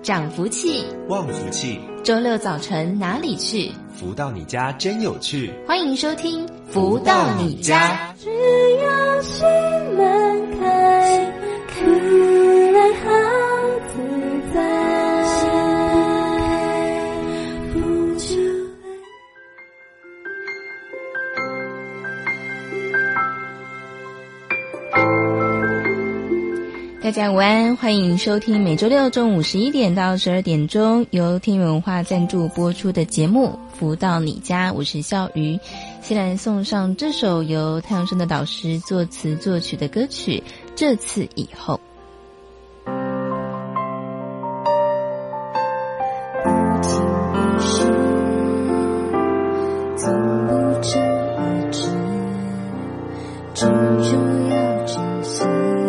长福气， 旺福气。 周六早晨哪里去？ 福到你家真有趣。 欢迎收听福到你家。 只要心门开，看来好自在，不就大家午安，欢迎收听每周六中午11点到12点钟由天元文化赞助播出的节目福到你家，我是笑瑜。先来送上这首由太阳升的导师作词作曲的歌曲《这次以后》。 不经一事，总不知一知，终究要珍惜。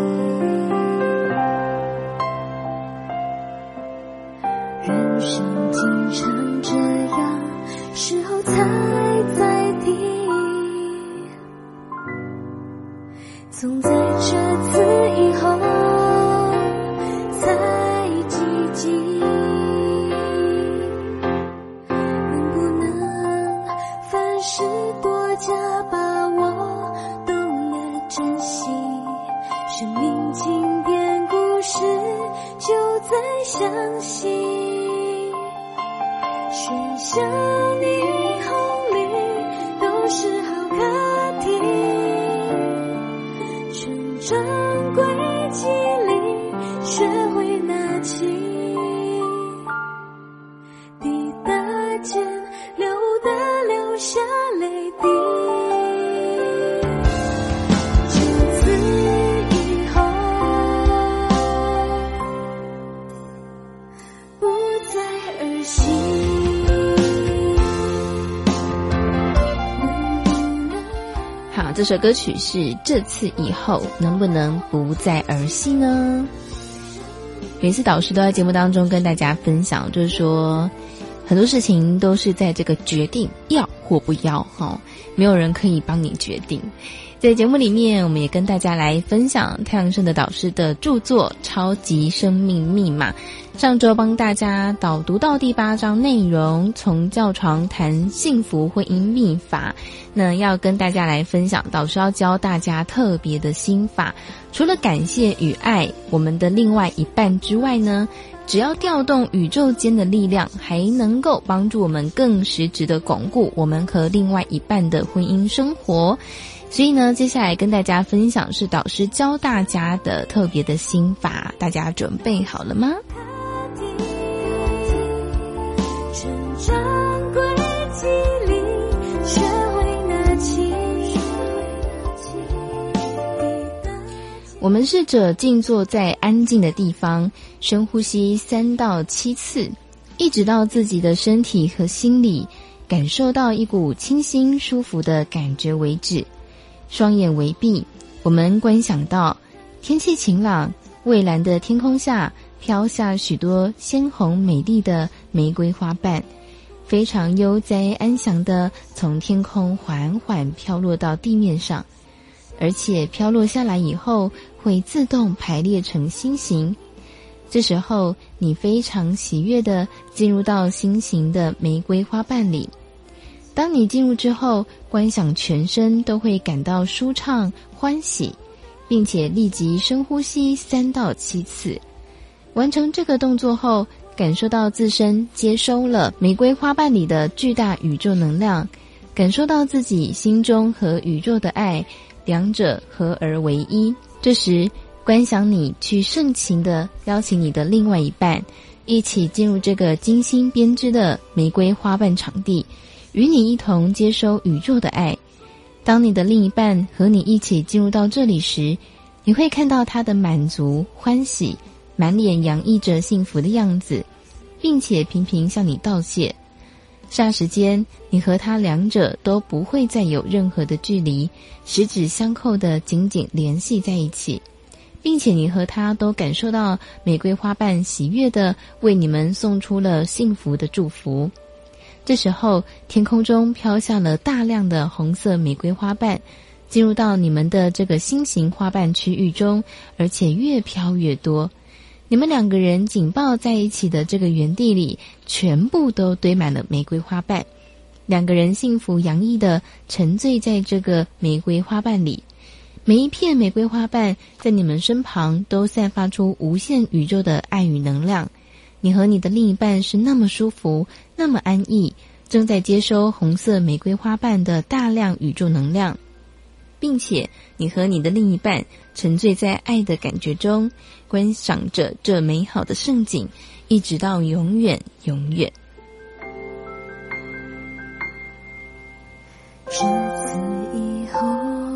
人生经常这样，事后才在地，总在这次以后才积极。能不能凡事多加把握，懂得珍惜？生命经典故事就在相信。喧嚣霓虹里都是好课题，成长轨迹里学会拿起，滴答间流下泪滴。这次以后不再儿戏。 好，这首歌曲是《这次以后能不能不再儿戏呢》。每次导师都在节目当中跟大家分享，就是说很多事情都是在这个决定要或不要，没有人可以帮你决定。在节目里面，我们也跟大家来分享太阳升的导师的著作《超级生命密码》。上周帮大家导读到第8章内容，从教床谈幸福婚姻秘法。那要跟大家来分享，导师要教大家特别的心法。除了感谢与爱我们的另外一半之外呢，只要调动宇宙间的力量，还能够帮助我们更实质的巩固我们和另外一半的婚姻生活。所以呢，接下来跟大家分享是导师教大家的特别的心法，大家准备好了吗？ 成长轨迹里学会拿起。 我们试着静坐在安静的地方，深呼吸3到7次，一直到自己的身体和心里感受到一股清新舒服的感觉为止。双眼微闭，我们观想到天气晴朗，蔚蓝的天空下飘下许多鲜红美丽的玫瑰花瓣，非常悠哉安详地从天空缓缓飘落到地面上，而且飘落下来以后会自动排列成心形。这时候你非常喜悦地进入到心形的玫瑰花瓣里。当你进入之后，观想全身都会感到舒畅欢喜，并且立即深呼吸3到7次。完成这个动作后，感受到自身接收了玫瑰花瓣里的巨大宇宙能量，感受到自己心中和宇宙的爱，两者合而为一。这时观想你去盛情地邀请你的另外一半一起进入这个精心编织的玫瑰花瓣场地，与你一同接收宇宙的爱。当你的另一半和你一起进入到这里时，你会看到他的满足欢喜，满脸洋溢着幸福的样子，并且频频向你道谢。霎时间，你和他两者都不会再有任何的距离，十指相扣的紧紧联系在一起，并且你和他都感受到玫瑰花瓣喜悦地为你们送出了幸福的祝福。这时候，天空中飘下了大量的红色玫瑰花瓣，进入到你们的这个心形花瓣区域中，而且越飘越多。 你们2个人紧抱在一起的这个园地里，全部都堆满了玫瑰花瓣。2个人幸福洋溢地沉醉在这个玫瑰花瓣里，每一片玫瑰花瓣在你们身旁都散发出无限宇宙的爱与能量。你和你的另一半是那么舒服，那么安逸，正在接收红色玫瑰花瓣的大量宇宙能量，并且你和你的另一半沉醉在爱的感觉中，观赏着这美好的盛景，一直到永远永远。 至此以后，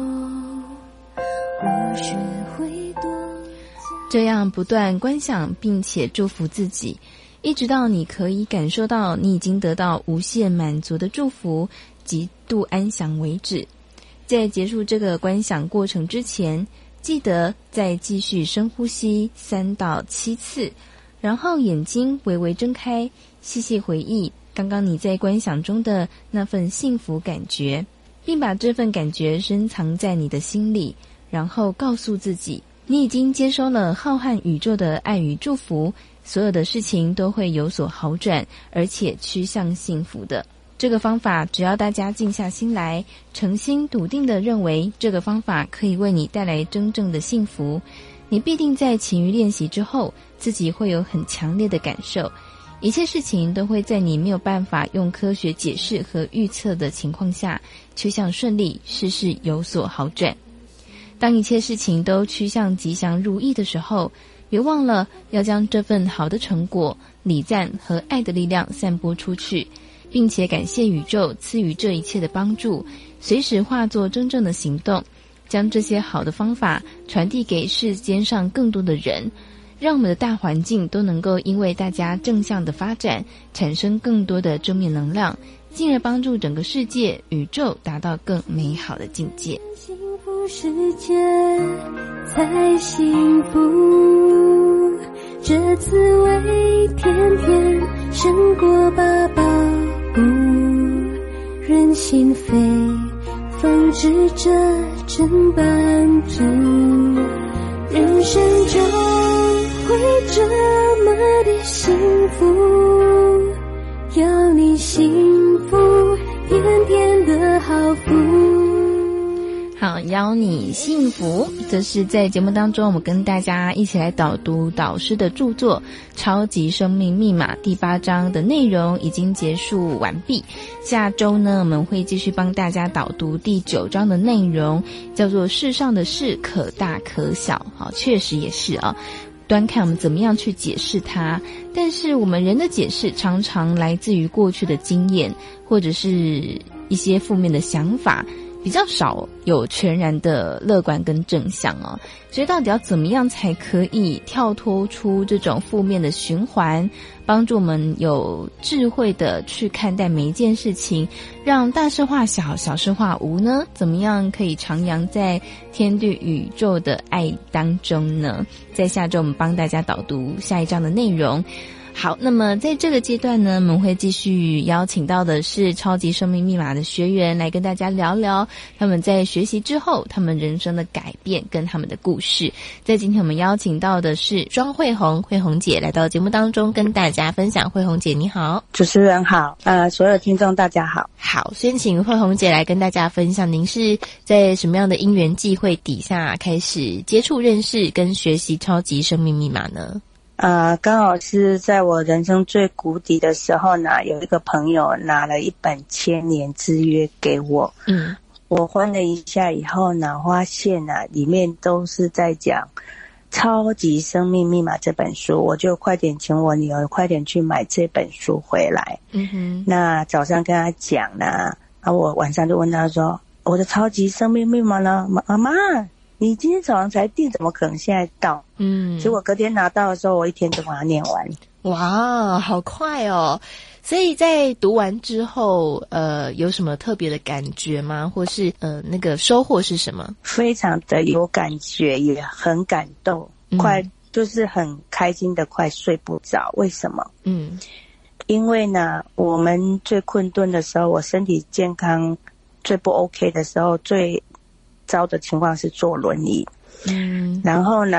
我学会多这样不断观想并且祝福自己，一直到你可以感受到你已经得到无限满足的祝福，极度安详为止。在结束这个观想过程之前，记得再继续深呼吸3到7次，然后眼睛微微睁开，细细回忆刚刚你在观想中的那份幸福感觉，并把这份感觉深藏在你的心里，然后告诉自己，你已经接收了浩瀚宇宙的爱与祝福，所有的事情都会有所好转，而且趋向幸福的。这个方法只要大家静下心来，诚心笃定地认为这个方法可以为你带来真正的幸福，你必定在勤于练习之后，自己会有很强烈的感受，一切事情都会在你没有办法用科学解释和预测的情况下趋向顺利，事事有所好转。当一切事情都趋向吉祥如意的时候，别忘了要将这份好的成果、礼赞和爱的力量散播出去，并且感谢宇宙赐予这一切的帮助，随时化作真正的行动，将这些好的方法传递给世间上更多的人，让我们的大环境都能够因为大家正向的发展，产生更多的正面能量，进而帮助整个世界、宇宙达到更美好的境界。 幸福世界才幸福，这滋味甜甜胜过把宝物，人心扉缝织着真伴侣，人生中会这么的幸福，要你幸福甜甜的好福。 好，邀你幸福，这是在节目当中我们跟大家一起来导读导师的著作《超级生命密码》第8章的内容已经结束完毕。下周呢，我们会继续帮大家导读第9章的内容，叫做世上的事可大可小。好，确实也是啊，端看我们怎么样去解释它，但是我们人的解释常常来自于过去的经验，或者是一些负面的想法，比较少有全然的乐观跟正向哦。所以到底要怎么样才可以跳脱出这种负面的循环，帮助我们有智慧的去看待每一件事情，让大事化小，小事化无呢？怎么样可以徜徉在天地宇宙的爱当中呢？在下周我们帮大家导读下一章的内容。好，那么在这个阶段呢，我们会继续邀请到的是超级生命密码的学员来跟大家聊聊他们在学习之后他们人生的改变跟他们的故事。在今天我们邀请到的是庄慧红，慧红姐来到节目当中跟大家分享。慧红姐你好。 主持人好，所有听众大家好。 好，先请慧红姐来跟大家分享，您是在什么样的因缘际会底下开始接触认识跟学习超级生命密码呢？ 刚好是在我人生最谷底的时候呢，有一个朋友拿了一本千年之约给我。我翻了一下以后呢，发现呢里面都是在讲超级生命密码这本书，我就快点请我女儿快点去买这本书回来。那早上跟她讲呢，我晚上就问她说，我的超级生命密码呢？妈妈，你今天早上才订，怎么可能现在到？结果隔天拿到的时候，我一天就把它念完。 哇，好快哦！所以在读完之后，有什么特别的感觉吗？或是那个收获是什么？ 非常的有感觉，也很感动，快就是很开心的，快睡不着。为什么？因为呢，我们最困顿的时候，我身体健康最不 OK 的时候，最糟的情况是坐轮椅。然后呢，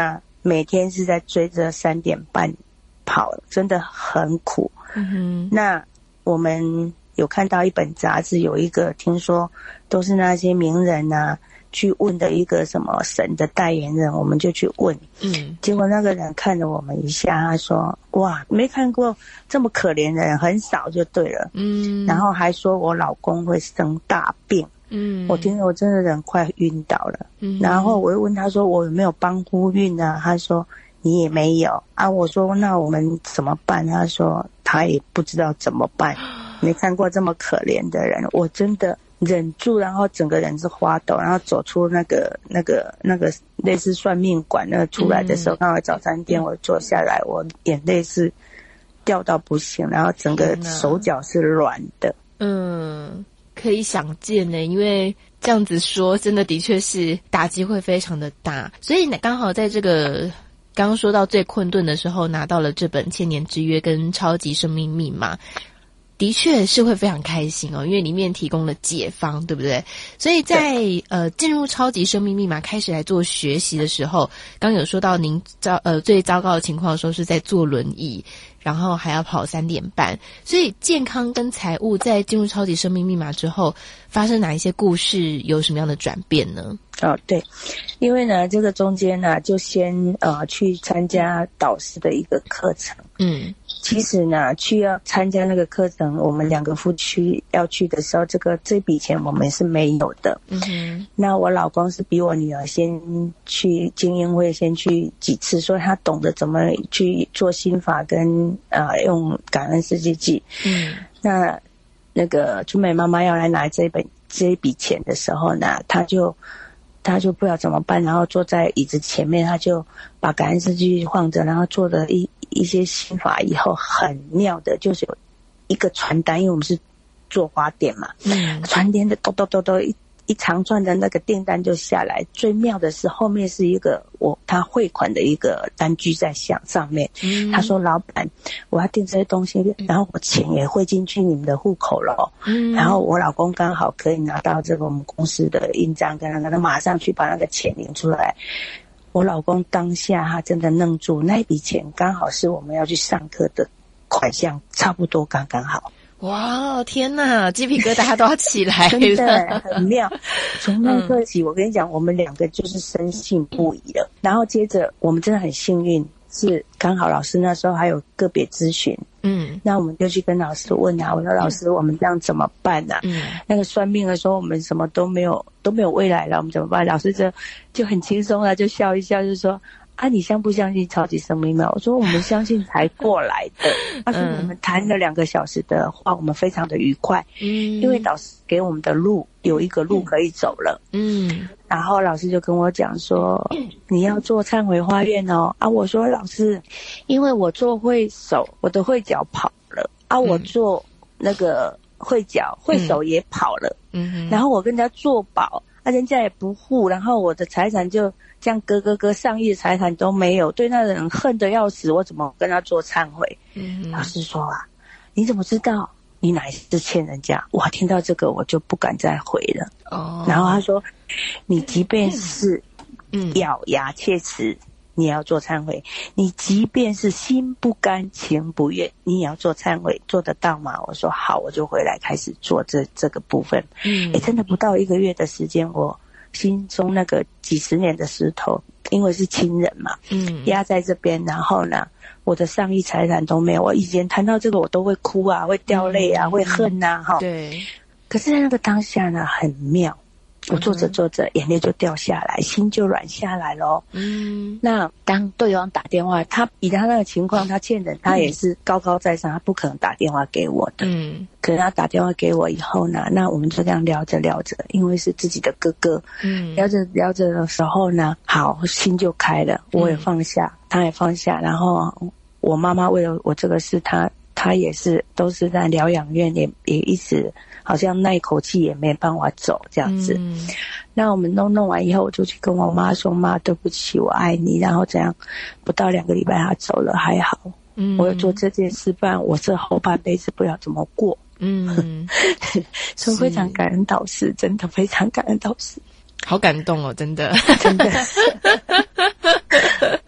每天是在追着3点半跑，真的很苦。那我们有看到一本杂志，有一个听说都是那些名人啊去问的一个什么神的代言人，我们就去问。结果那个人看了我们一下，他说哇，没看过这么可怜的人，很少就对了。然后还说我老公会生大病。我听了我真的人快晕倒了。然后我又问他说我有没有帮夫运啊，他说你也没有啊。我说那我们怎么办？他说他也不知道怎么办，没看过这么可怜的人。我真的忍住，然后整个人是发抖，然后走出那个类似算命馆那出来的时候，刚好早餐店，我坐下来，我眼泪是掉到不行，然后整个手脚是软的。 可以想见呢，因为这样子说，真的的确是打击会非常的大。所以刚好在这个刚刚说到最困顿的时候，拿到了这本《千年之约》跟《超级生命密码》。的确是会非常开心哦，因为里面提供了解方，对不对？所以在进入超级生命密码开始来做学习的时候，刚有说到您最糟糕的情况的时候是在坐轮椅，然后还要跑3点半，所以健康跟财务在进入超级生命密码之后发生哪一些故事，有什么样的转变呢？ 对，因为呢这个中间呢就先去参加导师的一个课程。其实呢要参加那个课程，我们2个夫妻要去的时候，这笔钱我们是没有的。那我老公是比我女儿先去精英会先去几次，所以他懂得怎么去做心法跟用感恩世界记。那个春美妈妈要来拿这一笔钱的时候呢，他就不知道怎么办，然后坐在椅子前面，他就把感恩世界记放着，然后做的一些心法以后，很妙的就是有一个传单，因为我们是做花店嘛，传单的咚咚咚咚一长串的那个订单就下来。最妙的是后面是一个他汇款的一个单据在上面。他说老板，我要订这些东西，然后我钱也汇进去你们的户口了。然后我老公刚好可以拿到这个我们公司的印章跟他马上去把那个钱领出来。我老公当下他真的愣住，那一笔钱刚好是我们要去上课的款项，差不多刚刚好。 哇，天哪，鸡皮疙瘩都要起来了， 真的很妙。从那刻起，我跟你讲，我们2个就是深信不疑了。然后接着我们真的很幸运，是刚好老师那时候还有个别咨询。那我们就去跟老师问啊，我说老师，我们这样怎么办啊？那个算命的说我们什么都没有未来了，我们怎么办？老师就很轻松啊，就笑一笑，就说啊，你相不相信超级生命吗？我说我们相信才过来的。他说我们谈了2个小时的话，我们非常的愉快。因为老师给我们的路有一个路可以走了。然后老师就跟我讲说，你要做忏悔花园哦。我说老师，因为我做会手，我的会脚跑了我做那个会脚会手也跑了。然后我跟人家做保人家也不护，然后我的财产就这样割上亿的财产都没有，对那人恨得要死，我怎么跟他做忏悔？老师说你怎么知道你哪一次欠人家？哇，听到这个我就不敢再回了。然后他说你即便是咬牙切齿，你也要做忏悔，你即便是心不甘情不愿，你也要做忏悔，做得到吗？我说好，我就回来开始做这个部分。真的不到1个月的时间，我心中那个几十年的石头，因为是亲人嘛，压在这边，然后呢我的上亿财产都没有。我以前谈到这个我都会哭啊，会掉泪啊，会恨啊。对。可是在那个当下呢很妙，我做着眼泪就掉下来，心就软下来咯。那当对方打电话，他以他那个情况，他欠人，他也是高高在上，他不可能打电话给我的。可是他打电话给我以后呢，那我们就这样聊着，因为是自己的哥哥。聊着的时候呢，好，心就开了，我也放下，他也放下。然后我妈妈为了我这个事，他也是都是在疗养院，也一直好像那一口气也没办法走这样子。那我们弄完以后，我就去跟我妈说，妈对不起，我爱你。然后这样不到2个礼拜他走了，还好。我有做这件事，不然我这后半辈子不知道怎么过。所以非常感恩导师，真的非常感恩导师。 好感动哦，真的。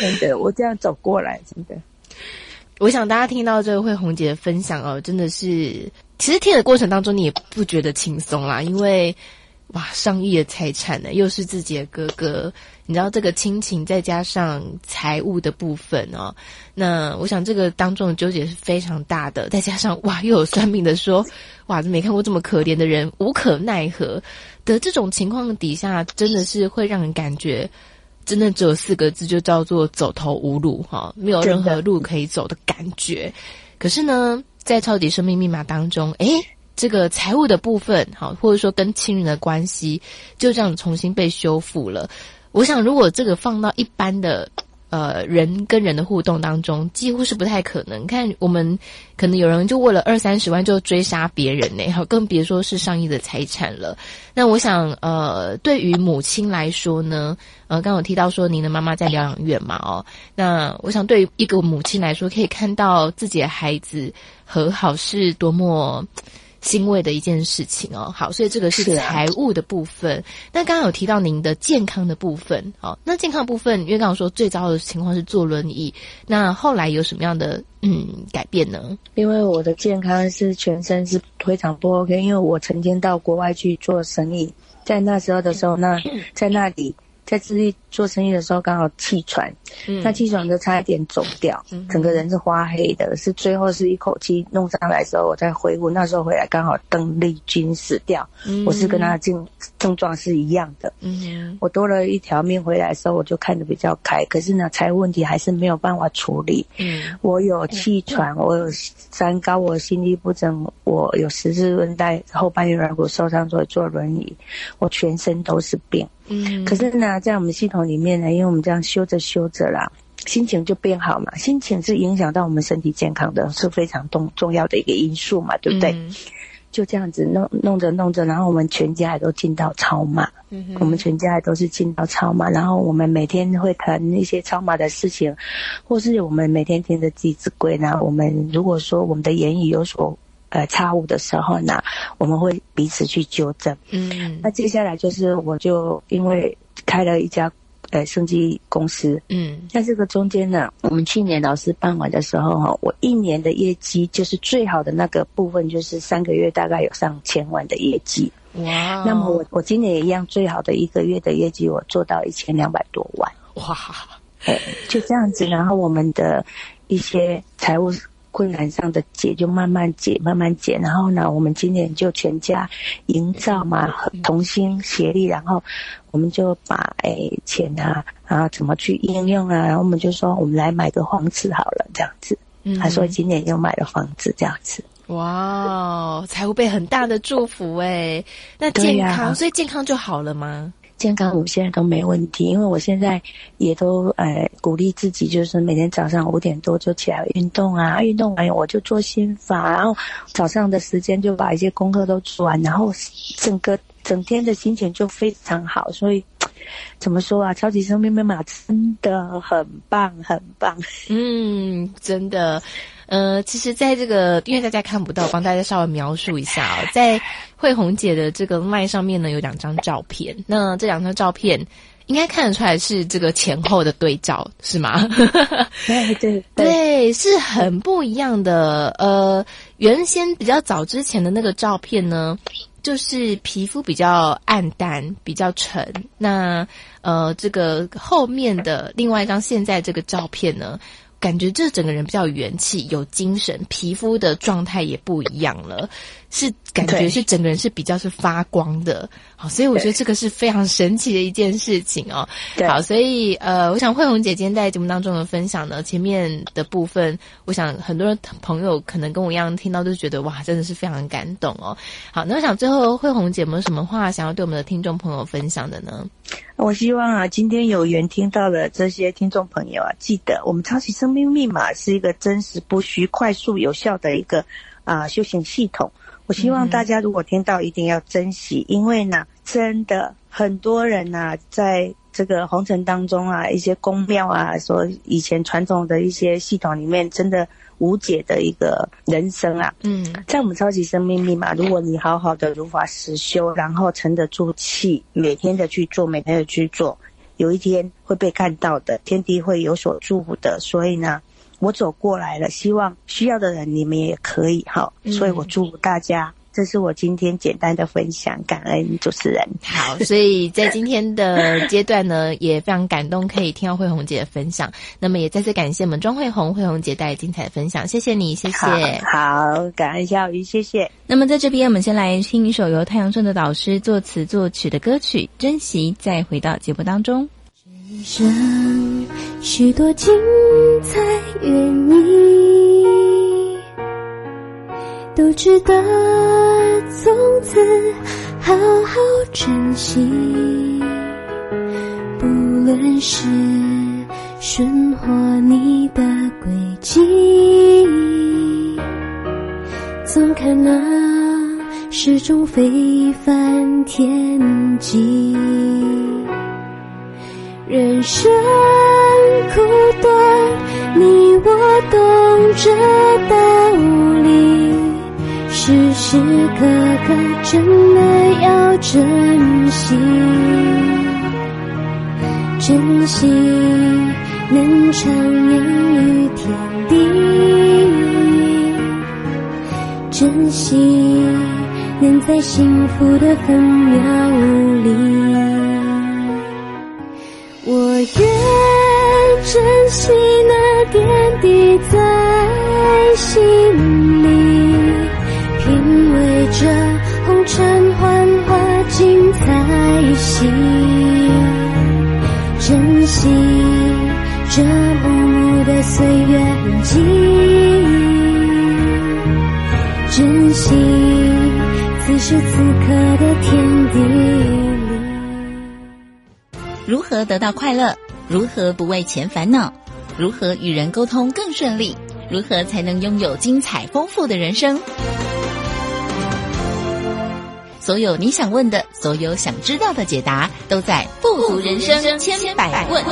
真的，我这样走过来，真的。 我想大家听到这个慧红姐的分享哦，真的是，其实听的过程当中你也不觉得轻松啦，因为哇，上亿的财产呢，又是自己的哥哥，你知道这个亲情再加上财务的部分哦，那我想这个当中的纠结是非常大的，再加上哇，又有算命的说，哇，没看过这么可怜的人，无可奈何的这种情况底下，真的是会让人感觉。真的只有4个字，就叫做走投无路哈，没有任何路可以走的感觉。可是呢，在超级生命密码当中，这个财务的部分，好，或者说跟亲人的关系，就这样重新被修复了。我想，如果这个放到一般的人跟人的互动当中，几乎是不太可能。看我们可能有人就为了20-30万就追杀别人呢，好，更别说是上亿的财产了。那我想对于母亲来说呢，刚刚有提到说您的妈妈在疗养院嘛，哦，那我想对于一个母亲来说，可以看到自己的孩子和好是多么欣慰的一件事情哦。好，所以这个是财务的部分。那刚刚有提到您的健康的部分，好，那健康部分，因为刚刚说最糟的情况是坐轮椅，那后来有什么样的改变呢？ 因为我的健康是全身是非常不 OK， 因为我曾经到国外去做生意，在那时候的时候，那在那里在智利做生意的时候刚好气喘，那气喘就差一点走掉，整个人是花黑的，是最后是一口气弄上来的时候我再恢复，那时候回来刚好邓丽君死掉，我是跟她症状是一样的，我多了一条命回来的时候我就看得比较开，可是呢财务问题还是没有办法处理，我有气喘，我有三高，我有心律不整，我有十字韧带后半月软骨受伤，所以坐轮椅，我全身都是病，可是呢在我们系统里面呢，因为我们这样修着修着啦，心情就变好嘛，心情是影响到我们身体健康的，是非常重要的一个因素嘛，对不对？就这样子弄着，然后我们全家也都进到超马，我们全家也都是进到超马，然后我们每天会谈一些超马的事情，或是我们每天听着弟子规呢，我们如果说我们的言语有所差误的时候呢，我们会彼此去纠正。那接下来就是我就因为开了一家生技公司，在这个中间呢，我们去年老师办完的时候，我1年的业绩就是最好的那个部分，就是3个月大概有上1000万的业绩。哇！那么我今年也一样，最好的1个月的业绩我做到1200多万。哇！就这样子，然后我们的一些财务困难上的解就慢慢解，然后呢我们今年就全家营造嘛，同心协力，然后我们就把钱啊怎么去应用啊，然后我们就说我们来买个房子好了，这样子，他说今年又买了房子这样子。哇， 财务被很大的祝福那健康，所以健康就好了吗？ 健康我现在都没问题，因为我现在也都鼓励自己，就是每天早上5点多就起来运动啊，运动完我就做心法，然后早上的时间就把一些功课都做完，然后整天的心情就非常好，所以怎么说啊，超级生命密码真的很棒很棒。 真的其实在这个因为大家看不到，帮大家稍微描述一下在慧红姐的这个 LINE 上面呢有2张照片，那这2张照片应该看得出来是这个前后的对照是吗？对，是很不一样的。原先比较早之前的那个照片呢，就是皮肤比较暗淡比较沉，那这个后面的另外一张现在这个照片呢，感觉这整个人比较有元气有精神，皮肤的状态也不一样了，是感觉是整个人是比较是发光的。好，所以我觉得这个是非常神奇的一件事情哦。好，所以我想慧红姐今天在节目当中的分享呢，前面的部分我想很多人朋友可能跟我一样听到都觉得哇真的是非常感动哦。好，那我想最后慧红姐有没有什么话想要对我们的听众朋友分享的呢？ 我希望今天有缘听到的这些听众朋友记得我们超级生命密码是一个真实不虚快速有效的一个修行系统，我希望大家如果听到一定要珍惜，因为呢真的很多人在这个红尘当中一些宫庙说以前传统的一些系统里面真的无解的一个人生在我们超级生命密码，如果你好好的如法实修，然后沉得住气，每天的去做， 有一天会被看到的，天地会有所祝福的。所以呢，我走过来了，希望需要的人你们也可以哈。所以我祝福大家。这是我今天简单的分享，感恩主持人。 好，所以在今天的阶段呢，也非常感动，可以听到慧红姐的分享。那么也再次感谢我们庄慧红姐带来精彩的分享，谢谢你，谢谢。 好，感恩小鱼，谢谢。 那么在这边，我们先来听一首由太阳顺的导师作词作曲的歌曲《珍惜》，再回到节目当中。 这一生许多精彩原因，都值得从此好好珍惜，不论是顺或逆的轨迹，总看那始终非凡天际。人生苦短，你我懂这道理，时时刻刻真的要珍惜，珍惜能徜徉于天地，珍惜能在幸福的分秒里。我愿珍惜那点滴在心里，品味着红尘幻化精彩戏，珍惜这幕幕的岁月痕迹，珍惜此时此刻的天地里。 如何得到快乐？如何不为钱烦恼？如何与人沟通更顺利？如何才能拥有精彩丰富的人生？所有你想问的，所有想知道的解答，都在富足人生千百问。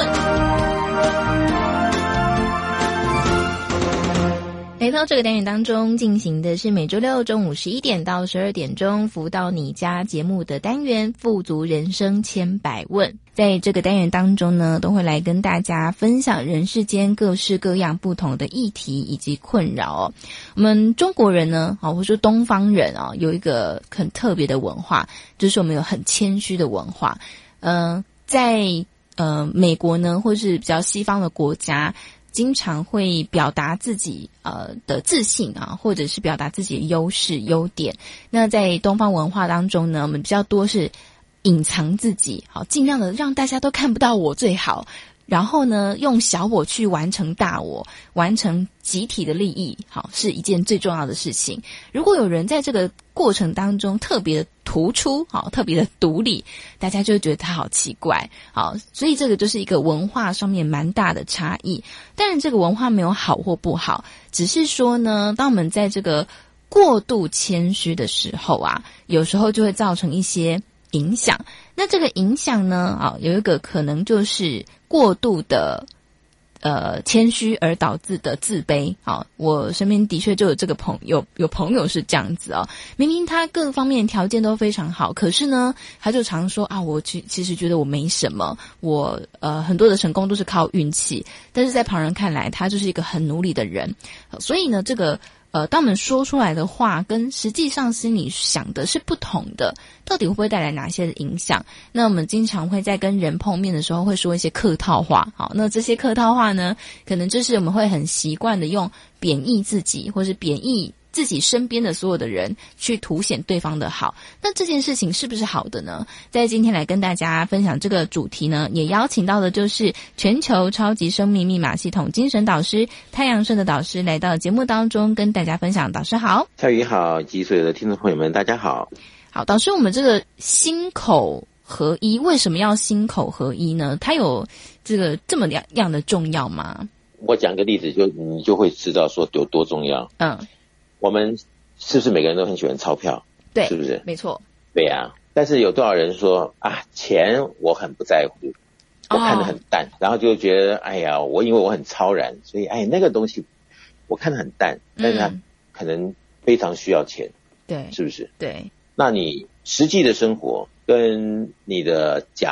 来到这个单元当中进行的是每周六中午11点到12点钟服务到你家节目的单元富足人生千百问。在这个单元当中呢，都会来跟大家分享人世间各式各样不同的议题以及困扰哦。我们中国人呢，或者说东方人啊，有一个很特别的文化，就是我们有很谦虚的文化。在美国呢，或是比较西方的国家，经常会表达自己的自信啊，或者是表达自己的优势优点。那在东方文化当中呢，我们比较多是隐藏自己，好，尽量的让大家都看不到我最好，然后呢，用小我去完成大我，完成集体的利益，好，是一件最重要的事情。如果有人在这个过程当中特别的突出，好，特别的独立，大家就会觉得他好奇怪，好，所以这个就是一个文化上面蛮大的差异。当然，这个文化没有好或不好，只是说呢，当我们在这个过度谦虚的时候啊，有时候就会造成一些影响。那这个影响呢，有一个可能就是过度的谦虚而导致的自卑。我身边的确就有这个有朋友是这样子哦，明明他各方面条件都非常好，可是呢，他就常说啊，我其实觉得我没什么，我很多的成功都是靠运气，但是在旁人看来，他就是一个很努力的人。所以呢，这个当我们说出来的话跟实际上心里想的是不同的，到底会不会带来哪些的影响？那我们经常会在跟人碰面的时候会说一些客套话，好，那这些客套话呢，可能就是我们会很习惯的用贬义自己或是贬义自己身边的所有的人去凸显对方的好。那这件事情是不是好的呢？在今天来跟大家分享这个主题呢，也邀请到的就是全球超级生命密码系统精神导师太阳顺的导师来到节目当中跟大家分享。导师好。 蔡宇好，以及所有的听众朋友们大家好。 好，导师，我们这个心口合一为什么要心口合一呢？它有这个这么样的重要吗？ 我讲个例子，你就会知道说有多重要。我们是不是每个人都很喜欢钞票？ 对， 是不是？ 没错。 对啊，但是有多少人说啊，钱我很不在乎，我看得很淡，然后就觉得哎呀，因为我很超然，所以那个东西我看得很淡，但是它可能非常需要钱， 对， 是不是？ 对。 那你实际的生活跟你的讲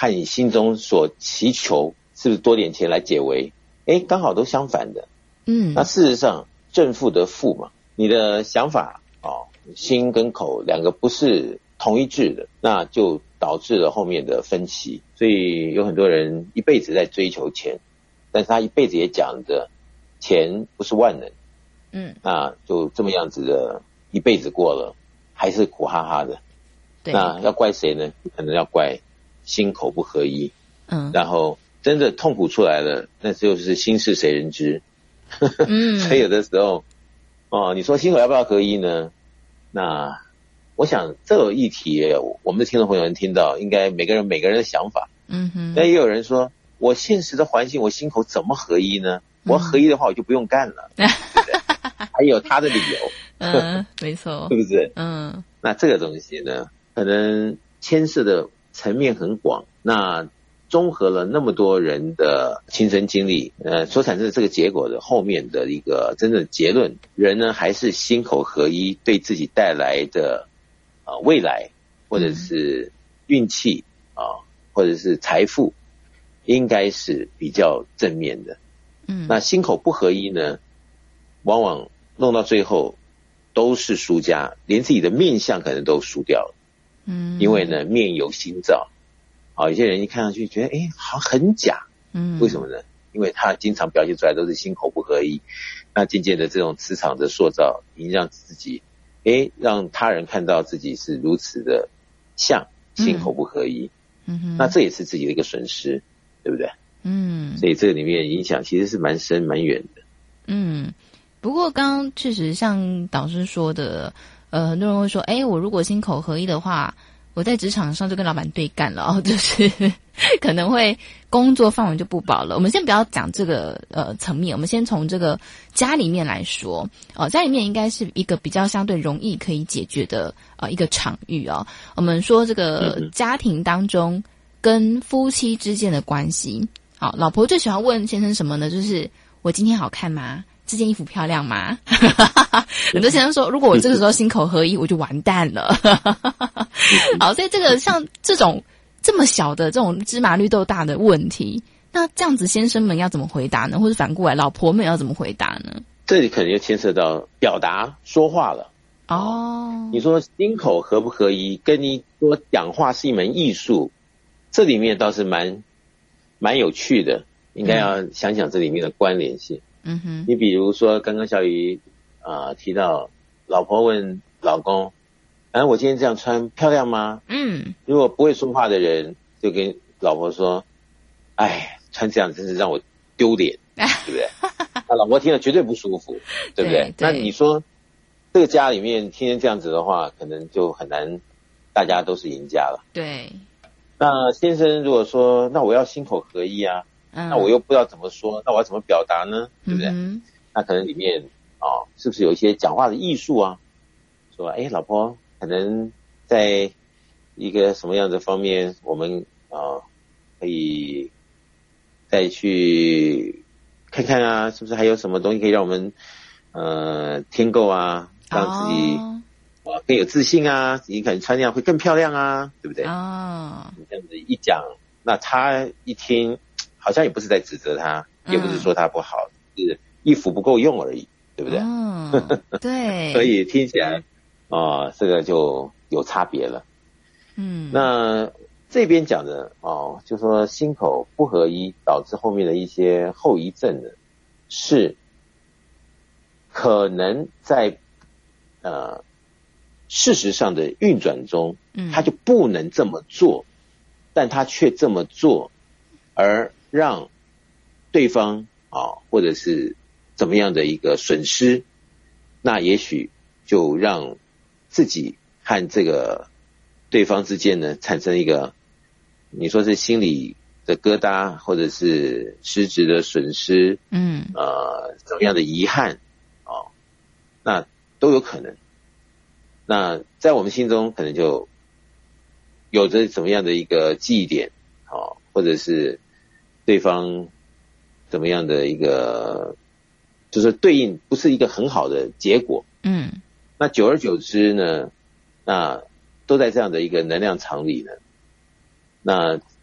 和你心中所祈求是不是多点钱来解围？刚好都相反的。那事实上正负得负嘛，你的想法心跟口两个不是同一致的，那就导致了后面的分歧。所以有很多人一辈子在追求钱，但是他一辈子也讲着钱不是万能，那就这么样子的一辈子过了，还是苦哈哈的。那要怪谁呢？可能要怪心口不合一。然后真的痛苦出来了，那就是心事谁人知。所以有的时候你说心口要不要合一呢？那我想这个议题我们的听众朋友们听到，应该每个人的想法。但也有人说，我现实的环境我心口怎么合一呢？我合一的话我就不用干了。对不对？还有他的理由。 没错。 是不是？那这个东西呢，可能牵涉的层面很广，那综合了那么多人的亲身经历，所产生的这个结果的后面的一个真正的结论，人呢还是心口合一，对自己带来的未来或者是运气或者是财富，应该是比较正面的。那心口不合一呢，往往弄到最后都是输家，连自己的面相可能都输掉了。因为呢面由心造。有些人一看上去觉得好像很假。为什么呢？因为他经常表现出来都是心口不合一，那渐渐的这种磁场的塑造已经让自己让他人看到自己是如此的像心口不合一。那这也是自己的一个损失，对不对？所以这里面影响其实是蛮深蛮远的。 不过刚刚确实像导师说的，很多人会说我如果心口合一的话，我在职场上就跟老板对干了就是可能会工作范围就不保了。我们先不要讲这个层面，我们先从这个家里面来说。家里面应该是一个比较相对容易可以解决的一个场域我们说这个家庭当中跟夫妻之间的关系。好，老婆最喜欢问先生什么呢？就是我今天好看吗？这件衣服漂亮吗？很多先生说，如果我这个时候心口合一，我就完蛋了。好，所以这个像这种这么小的这种芝麻绿豆大的问题，那这样子先生们要怎么回答呢？或者反过来，老婆们要怎么回答呢？ 这里可能就牵涉到表达说话了。你说心口合不合一，跟你说讲话是一门艺术，这里面倒是蛮有趣的，应该要想想这里面的关联性。你比如说刚刚小雨提到老婆问老公，我今天这样穿漂亮吗？如果不会说话的人就跟老婆说，穿这样真是让我丢脸，对不对？那老婆听了绝对不舒服，对不对？那你说这个家里面天天这样子的话，可能就很难大家都是赢家了。 对。 那先生如果说那我要心口合一那我又不知道怎么说，那我要怎么表达呢？对不对？那可能里面是不是有一些讲话的艺术说老婆可能在一个什么样的方面，我们可以再去看看是不是还有什么东西可以让我们添购让自己更有自信自己可能穿那样会更漂亮对不对？你这样子一讲，那他一听好像也不是在指责他，也不是说他不好，是衣服不够用而已，对不对？ 对。 所以听起来这个就有差别了。那这边讲的就说心口不合一导致后面的一些后遗症呢，是可能在事实上的运转中，他就不能这么做，但他却这么做，而让对方或者是怎么样的一个损失，那也许就让自己和这个对方之间呢产生一个你说是心理的疙瘩，或者是实质的损失，怎么样的遗憾那都有可能。那在我们心中可能就有着怎么样的一个记忆点或者是对方怎么样的一个就是对应不是一个很好的结果。那久而久之呢，那都在这样的一个能量场里呢，那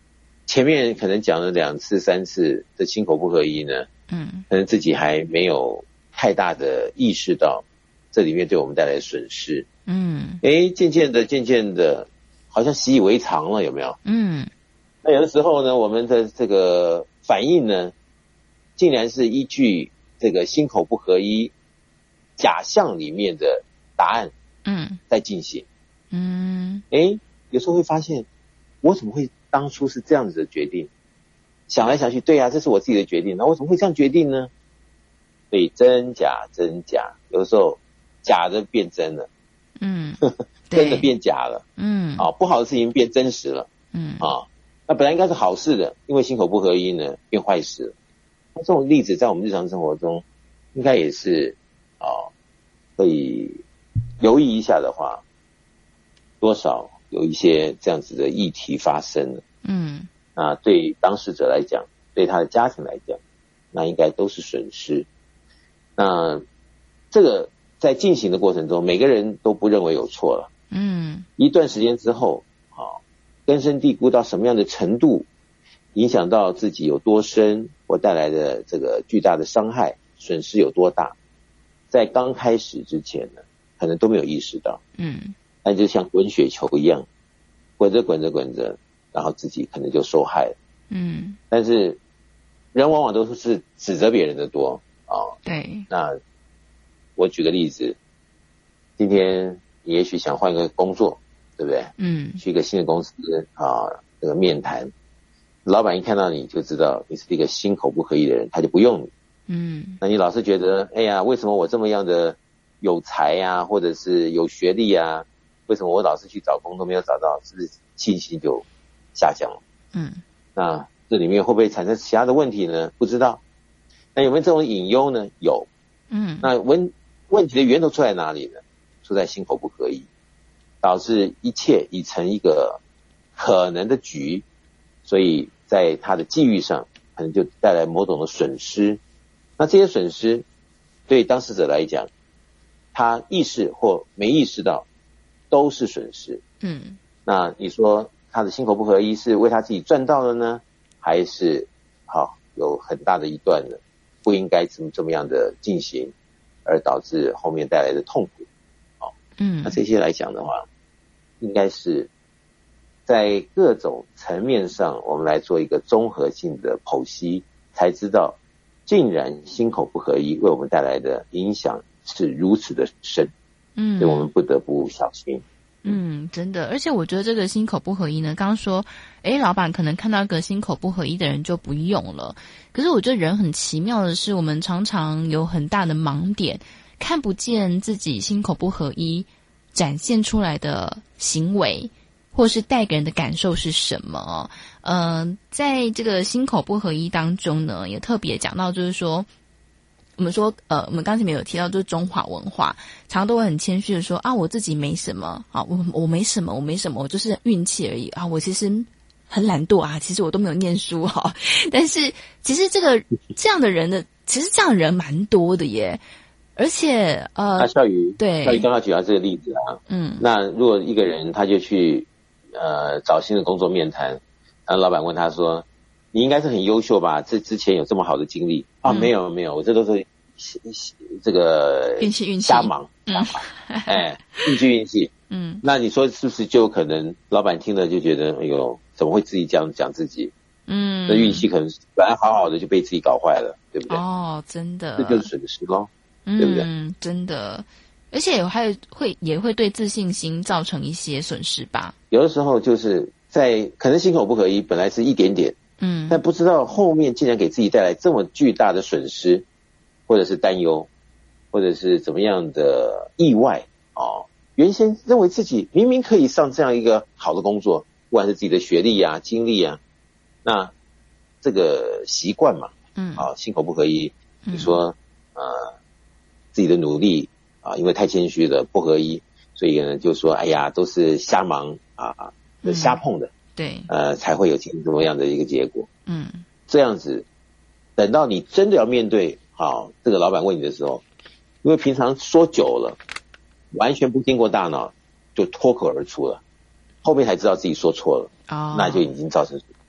前面可能讲了2次3次的心口不合一呢，可能自己还没有太大的意识到这里面对我们带来的损失。渐渐的好像习以为常了，有没有？那有的时候呢，我们的这个反应呢，竟然是依据这个心口不合一假象里面的答案在进行。有时候会发现，我怎么会当初是这样子的决定？想来想去，对啊，这是我自己的决定，那我怎么会这样决定呢？所以真假，有的时候假的变真了，真的变假了，不好的事情变真实了，那本来应该是好事的，因为心口不合一呢，变坏事了。那这种例子在我们日常生活中，应该也是可以留意一下的话，多少有一些这样子的议题发生了。那对当事者来讲，对他的家庭来讲，那应该都是损失。那这个在进行的过程中，每个人都不认为有错了。一段时间之后，根深蒂固到什么样的程度，影响到自己有多深，或带来的这个巨大的伤害、损失有多大，在刚开始之前呢，可能都没有意识到。那就像滚雪球一样，滚着，然后自己可能就受害了。但是人往往都是指责别人的多对。 那我举个例子，今天你也许想换个工作，对不对？去一个新的公司这个面谈，老板一看到你就知道你是一个心口不合一的人，他就不用你。那你老是觉得，哎呀，为什么我这么样的有才呀，或者是有学历呀，为什么我老是去找工都没有找到？是不是信心就下降了？那这里面会不会产生其他的问题呢？不知道。那有没有这种隐忧呢？有。那问题的源头出在哪里呢？出在心口不合一，导致一切已成一个可能的局，所以在他的际遇上可能就带来某种的损失。那这些损失对当事者来讲，他意识或没意识到都是损失。那你说他的心口不合一是为他自己赚到了呢，还是有很大的一段的不应该这么样的进行，而导致后面带来的痛苦？那这些来讲的话，应该是在各种层面上，我们来做一个综合性的剖析，才知道竟然心口不合一为我们带来的影响是如此的深。所以我们不得不小心。 真的，而且我觉得这个心口不合一呢，刚刚说，老板可能看到一个心口不合一的人就不用了。可是我觉得人很奇妙的是，我们常常有很大的盲点，看不见自己心口不合一展现出来的行为，或是带给人的感受是什么。在这个心口不合一当中呢，也特别讲到，就是说，我们刚才没有提到，就是中华文化常常都会很谦虚的说我自己没什么我没什么，我就是运气而已我其实很懒惰其实我都没有念书但是其实这样的人蛮多的耶。而且那孝瑜刚刚举到这个例子那如果一个人他就去找新的工作面谈，然后老板问他说，你应该是很优秀吧？这之前有这么好的经历没有，我这都是这个运气瞎忙运气那你说是不是就可能老板听了就觉得，哎呦，怎么会自己这样讲自己？那运气可能本来好好的就被自己搞坏了，对不对？ 真的， 这就是损失咯，对不对？ 真的，而且也会对自信心造成一些损失吧。 有的时候就是在可能心口不合一，本来是一点点，但不知道后面竟然给自己带来这么巨大的损失，或者是担忧，或者是怎么样的意外原先认为自己明明可以上这样一个好的工作，不管是自己的学历经历那这个习惯嘛，心口不合一，你说自己的努力因为太谦虚了不合一，所以呢就说哎呀都是瞎忙瞎碰的， 对， 才会有这么样的一个结果。这样子等到你真的要面对这个老板问你的时候，因为平常说久了，完全不经过大脑就脱口而出了，后面才知道自己说错了，那就已经造成损失了。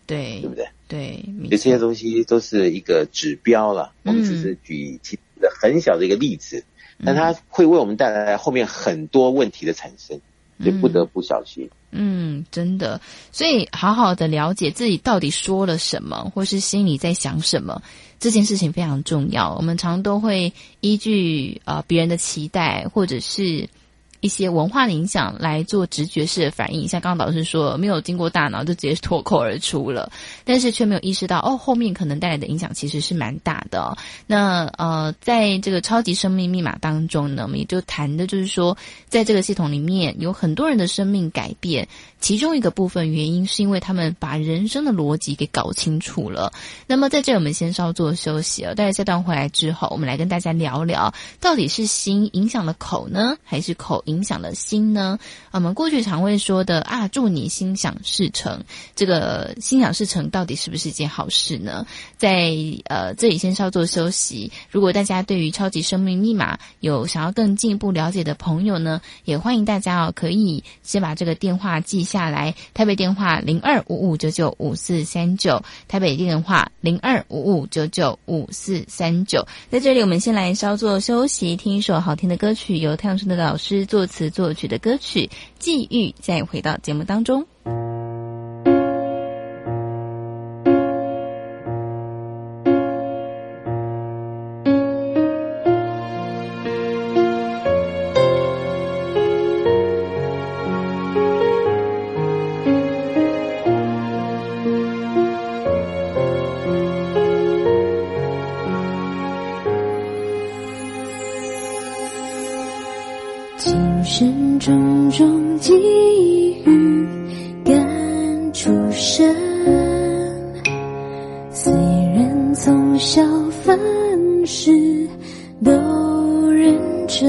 对， 对不对？ 对， 所以这些东西都是一个指标了。我们只是举其很小的一个例子，但它会为我们带来后面很多问题的产生，所以不得不小心。 真的，所以好好的了解自己到底说了什么，或是心里在想什么，这件事情非常重要。我们常都会依据别人的期待，或者是一些文化的影响来做直觉式的反应，像刚刚老师说没有经过大脑就直接脱口而出了，但是却没有意识到后面可能带来的影响其实是蛮大的那在这个超级生命密码当中呢，我们也就谈的就是说，在这个系统里面有很多人的生命改变，其中一个部分原因是因为他们把人生的逻辑给搞清楚了。那么在这里我们先稍作休息待这段回来之后，我们来跟大家聊聊到底是心影响了口呢，还是口影响了心呢？我们过去常会说的祝你心想事成，这个心想事成到底是不是一件好事呢？在这里先稍作休息。如果大家对于超级生命密码有想要更进一步了解的朋友呢，也欢迎大家可以先把这个电话记下来。台北电话0255995439，台北电话0255995439。在这里我们先来稍作休息，听一首好听的歌曲，由太阳升的老师作词作曲的歌曲《际遇》，再回到节目当中。 生种种际遇感出身，虽然从小凡事都认真，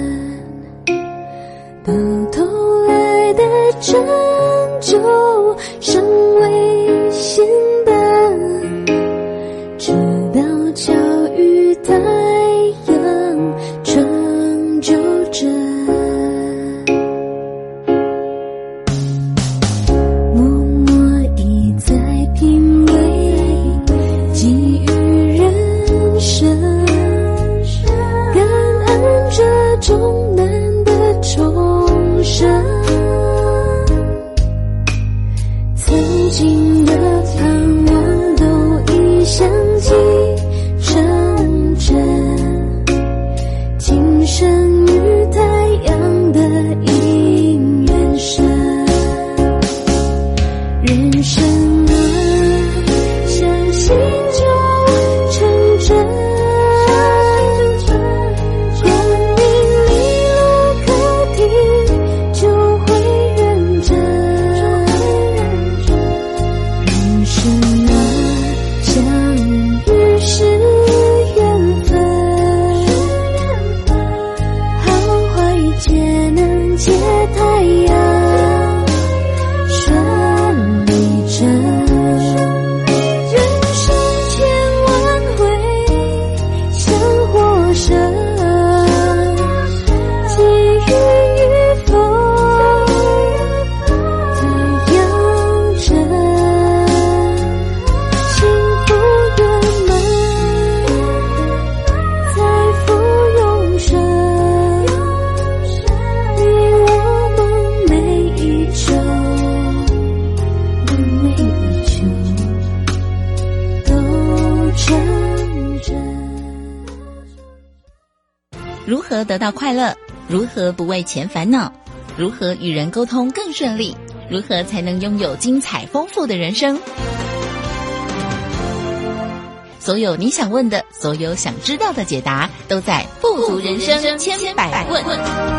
到头来的拯救尚未显本，直到巧遇太阳成就着。 如何得到快乐？如何不为钱烦恼？如何与人沟通更顺利？如何才能拥有精彩丰富的人生？所有你想问的，所有想知道的解答，都在富足人生千百问。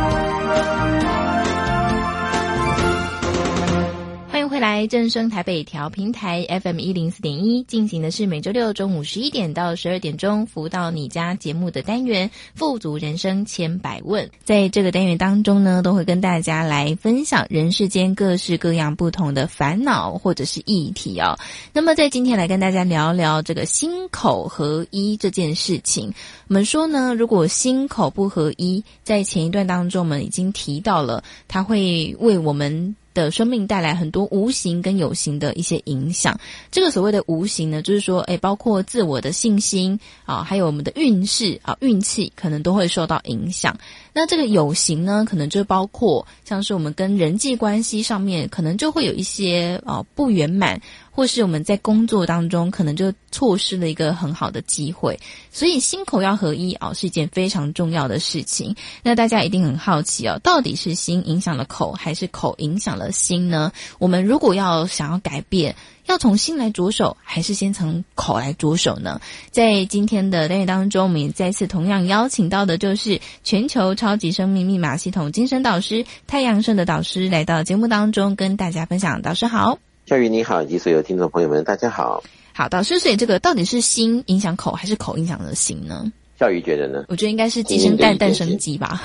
欢迎回来，正声台北调频台 FM104.1 进行的是每周六中午11点到12点钟服务到你家节目的单元富足人生千百问。在这个单元当中呢，都会跟大家来分享人世间各式各样不同的烦恼或者是议题哦。那么在今天来跟大家聊聊这个心口合一这件事情。我们说呢，如果心口不合一，在前一段当中我们已经提到了，它会为我们的生命带来很多无形跟有形的一些影响。这个所谓的无形呢，就是说包括自我的信心啊，还有我们的运势啊、运气可能都会受到影响。那这个有形呢，可能就包括像是我们跟人际关系上面可能就会有一些不圆满，或是我们在工作当中可能就错失了一个很好的机会。所以心口要合一是一件非常重要的事情。那大家一定很好奇到底是心影响了口还是口影响了心呢？我们如果想要改变，要从心来着手还是先从口来着手呢？在今天的单元当中，我们也再次同样邀请到的就是全球超级生命密码系统精神导师太阳盛的导师来到节目当中跟大家分享。导师好。 夏雨你好，以及所有听众朋友们大家好。 好，导师，所以这个到底是心影响口还是口影响了心呢？ 夏雨觉得呢？ 我觉得应该是鸡生蛋，蛋生鸡吧。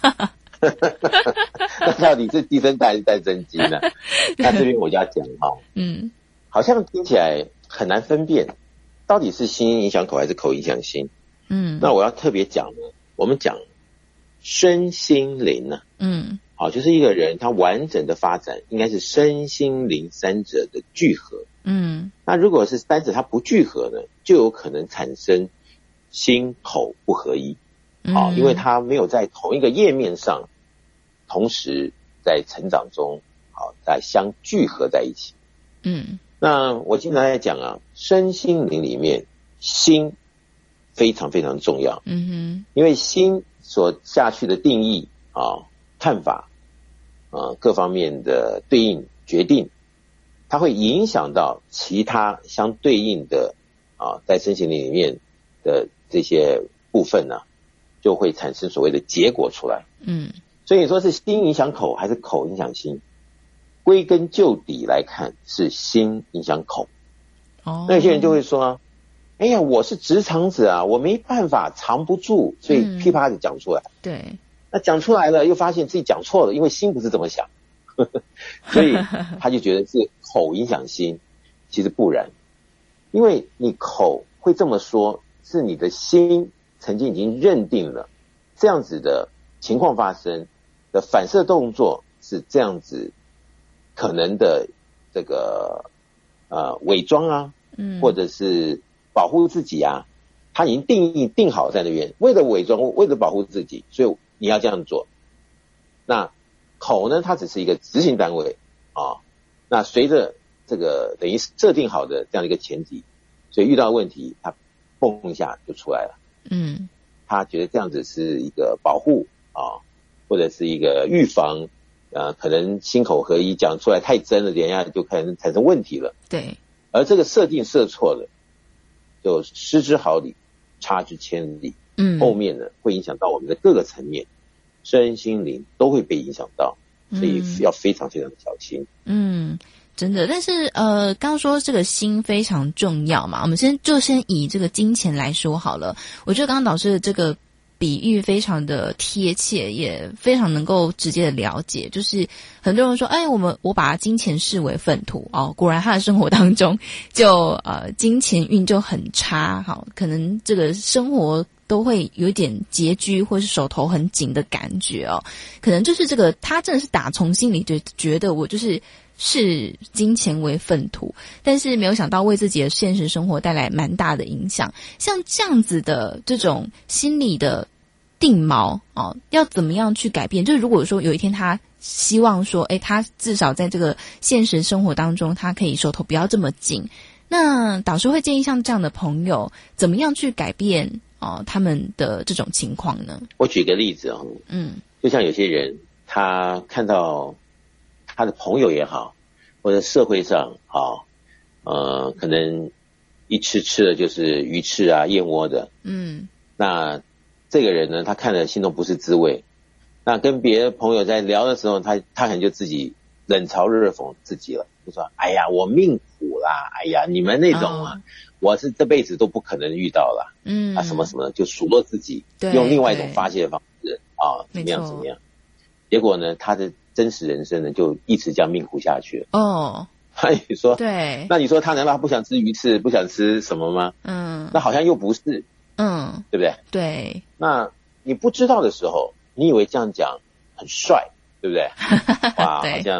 那到底是鸡生蛋还是蛋生鸡呢？那这边我就要讲好像听起来很难分辨，到底是心影响口还是口影响心。那我要特别讲呢，我们讲身心灵呢，好，就是一个人他完整的发展应该是身心灵三者的聚合。那如果是三者它不聚合呢，就有可能产生心口不合一。好，因为它没有在同一个页面上同时在成长中在相聚合在一起。那我经常在讲身心灵里面心非常非常重要。因为心所下去的定义看法各方面的对应决定，它会影响到其他相对应的在身心灵里面的这些部分呢，就会产生所谓的结果出来。所以你说是心影响口还是口影响心，归根究底来看是心影响口。那有些人就会说，哎呀，我是直肠子我没办法藏不住，所以噼啪就讲出来。 对， 那讲出来了又发现自己讲错了，因为心不是这么想。所以他就觉得是口影响心，其实不然。因为你口会这么说，是你的心曾经已经认定了这样子的情况发生的反射动作是这样子可能的这个伪装或者是保护自己他已经定好在那边，为了伪装，为了保护自己，所以你要这样做。那口呢，它只是一个执行单位那随着这个等于设定好的这样的一个前提，所以遇到问题它蹦一下就出来了。他觉得这样子是一个保护或者是一个预防可能心口合一讲出来太真了，等一下就可能产生问题了。 对， 而这个设定设错了，就失之毫厘，差之千里。后面呢会影响到我们的各个层面，身心灵都会被影响到，所以要非常非常小心。 真的。但是刚刚说这个心非常重要嘛，我们先以这个金钱来说好了。我觉得刚刚导师的这个比喻非常的贴切，也非常能够直接的了解。就是很多人说我把金钱视为粪土果然他的生活当中就金钱运就很差，可能这个生活都会有一点拮据或是手头很紧的感觉可能就是这个他真的是打从心里就觉得我就是视金钱为粪土，但是没有想到为自己的现实生活带来蛮大的影响。像这样子的这种心理的定锚要怎么样去改变？就是如果说有一天他希望说他至少在这个现实生活当中他可以手头不要这么紧，那导师会建议像这样的朋友怎么样去改变他们的这种情况呢？ 我举个例子就像有些人他看到他的朋友也好，或者社会上可能一吃的就是鱼翅燕窝的，那这个人呢，他看了心中不是滋味。那跟别的朋友在聊的时候，他可能就自己冷嘲热讽自己了，就说：“哎呀，我命苦啦！哎呀，你们那种我是这辈子都不可能遇到啦。”什么什么，就数落自己，用另外一种发泄的方式怎么样怎么样。结果呢，他的真实人生呢，就一直这样命苦下去了。你说， 对， 那你说他难道他不想吃鱼翅，不想吃什么吗？那好像又不是。对不对？ 对。 那你不知道的时候，你以为这样讲很帅，对不对？哇，好像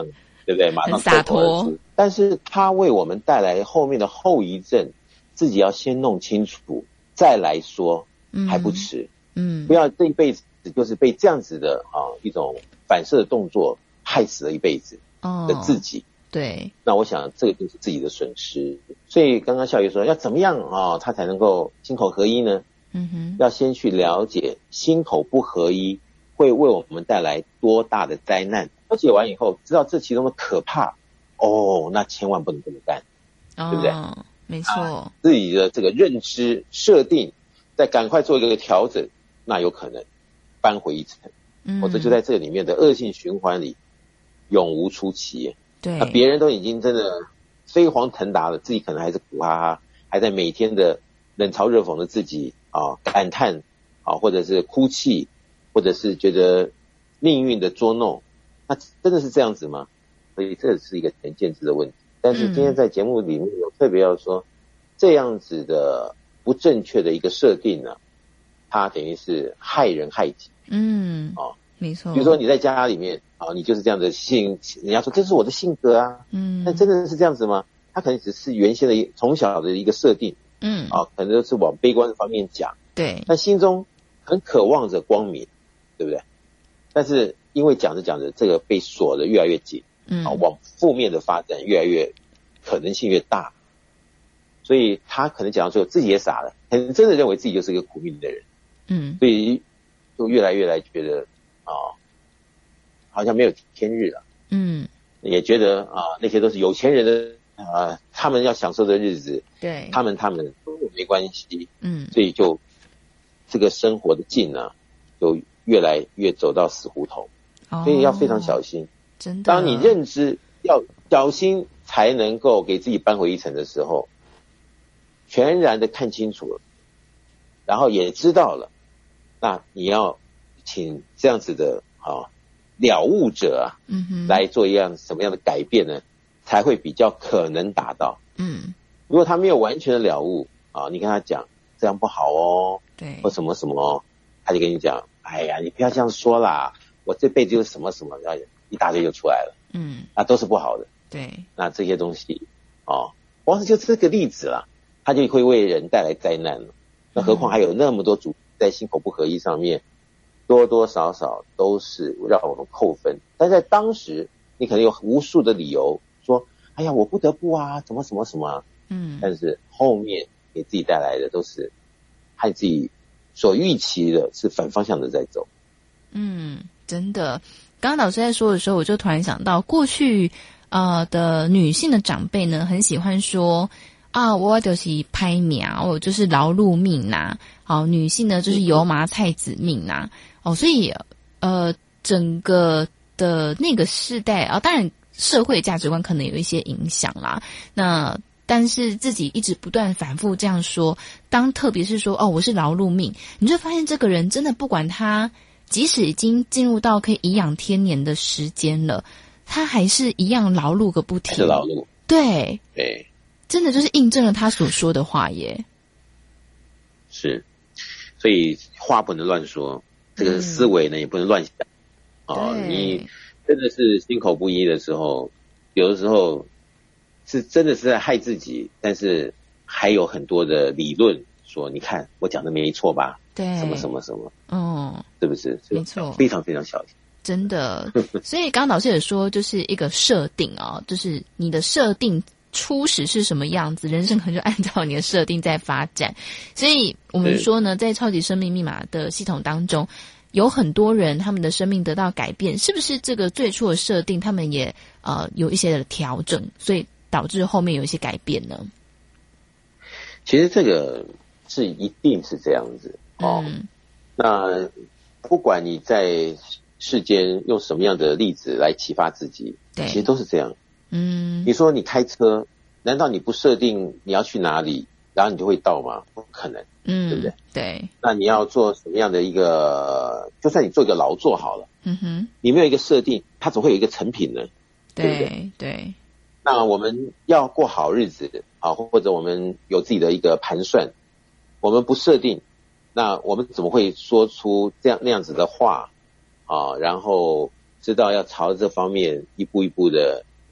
对不对？马上很洒脱。 但是它为我们带来后面的后遗症，自己要先弄清楚，再来说还不迟。不要这一辈子就是被这样子的一种反射的动作害死了一辈子的自己。 对， 那我想这个就是自己的损失。所以刚刚孝爷说要怎么样他才能够心口合一呢？要先去了解心口不合一会为我们带来多大的灾难，了解完以后知道这其中的可怕，那千万不能这么干，对不对？ 没错， 自己的这个认知设定再赶快做一个调整，那有可能扳回一城，否则就在这里面的恶性循环里永无出期。 对， 那别人都已经真的飞黄腾达了，自己可能还是苦哈哈，还在每天的冷嘲热讽的自己感叹或者是哭泣，或者是觉得命运的捉弄，那真的是这样子吗？所以这是一个见智的问题。但是今天在节目里面有特别要说，这样子的不正确的一个设定呢，它等于是害人害己。 没错。 比如说你在家里面你就是这样的性，人家说这是我的性格啊，但真的是这样子吗？他可能只是原先的从小的一个设定，可能就是往悲观的方面讲， 对， 但心中很渴望着光明，对不对？但是因为讲着讲着，这个被锁得越来越紧，往负面的发展越来越可能性越大，所以他可能讲到最后自己也傻了，很真的认为自己就是一个苦命的人，所以就越来越来觉得好像没有天日了，也觉得那些都是有钱人的他们要享受的日子， 对， 他们没关系，所以就这个生活的劲呢，就越来越走到死胡同，所以要非常小心。 真的， 当你认知要小心才能够给自己扳回一城的时候，全然的看清楚了，然后也知道了，那你要请这样子的了悟者来做一样什么样的改变呢？才会比较可能达到。如果他没有完全的了悟你跟他讲这样不好对， 或什么什么，他就跟你讲，哎呀，你不要这样说啦，我这辈子就是什么什么，然后一大堆就出来了，那都是不好的。 对， 那这些东西光是就这个例子啦，他就会为人带来灾难了。那何况还有那么多主在心口不合一上面，多多少少都是让我们扣分。但在当时，你可能有无数的理由说，哎呀，我不得不怎么什么什么，但是后面给自己带来的都是和自己所预期的是反方向的在走。 真的，刚刚老师在说的时候，我就突然想到，过去的女性的长辈呢，很喜欢说我就是拍苗，我就是劳碌命女性呢就是油麻菜籽命所以整个的那个世代当然社会价值观可能有一些影响啦，那但是自己一直不断反复这样说，特别是说我是劳碌命，你就发现这个人真的不管他即使已经进入到可以颐养天年的时间了，他还是一样劳碌个不停， 是劳碌， 对，真的就是印证了他所说的话耶。 是，所以话不能乱说，这个思维呢也不能乱想你真的是心口不一的时候，有的时候是真的是在害自己，但是还有很多的理论说，你看我讲的没错吧？ 对， 什么什么什么，是不是？ 没错， 非常非常小心。 真的，所以刚刚老师也说，就是一个设定就是你的设定初始是什么样子，人生可能就按照你的设定在发展。所以我们说呢，在超级生命密码的系统当中，有很多人他们的生命得到改变，是不是这个最初的设定他们也有一些的调整，所以导致后面有一些改变呢？ 其实这个是一定是这样子那不管你在世间用什么样的例子来启发自己，其实都是这样。你说你开车，难道你不设定你要去哪里，然后你就会到吗？不可能，对不对？ 对。 那你要做什么样的一个，就算你做一个劳作好了，你没有一个设定，它总会有一个成品呢，对不对？ 对。 那我们要过好日子或者我们有自己的一个盘算，我们不设定，那我们怎么会说出那样子的话然后知道要朝这方面一步一步的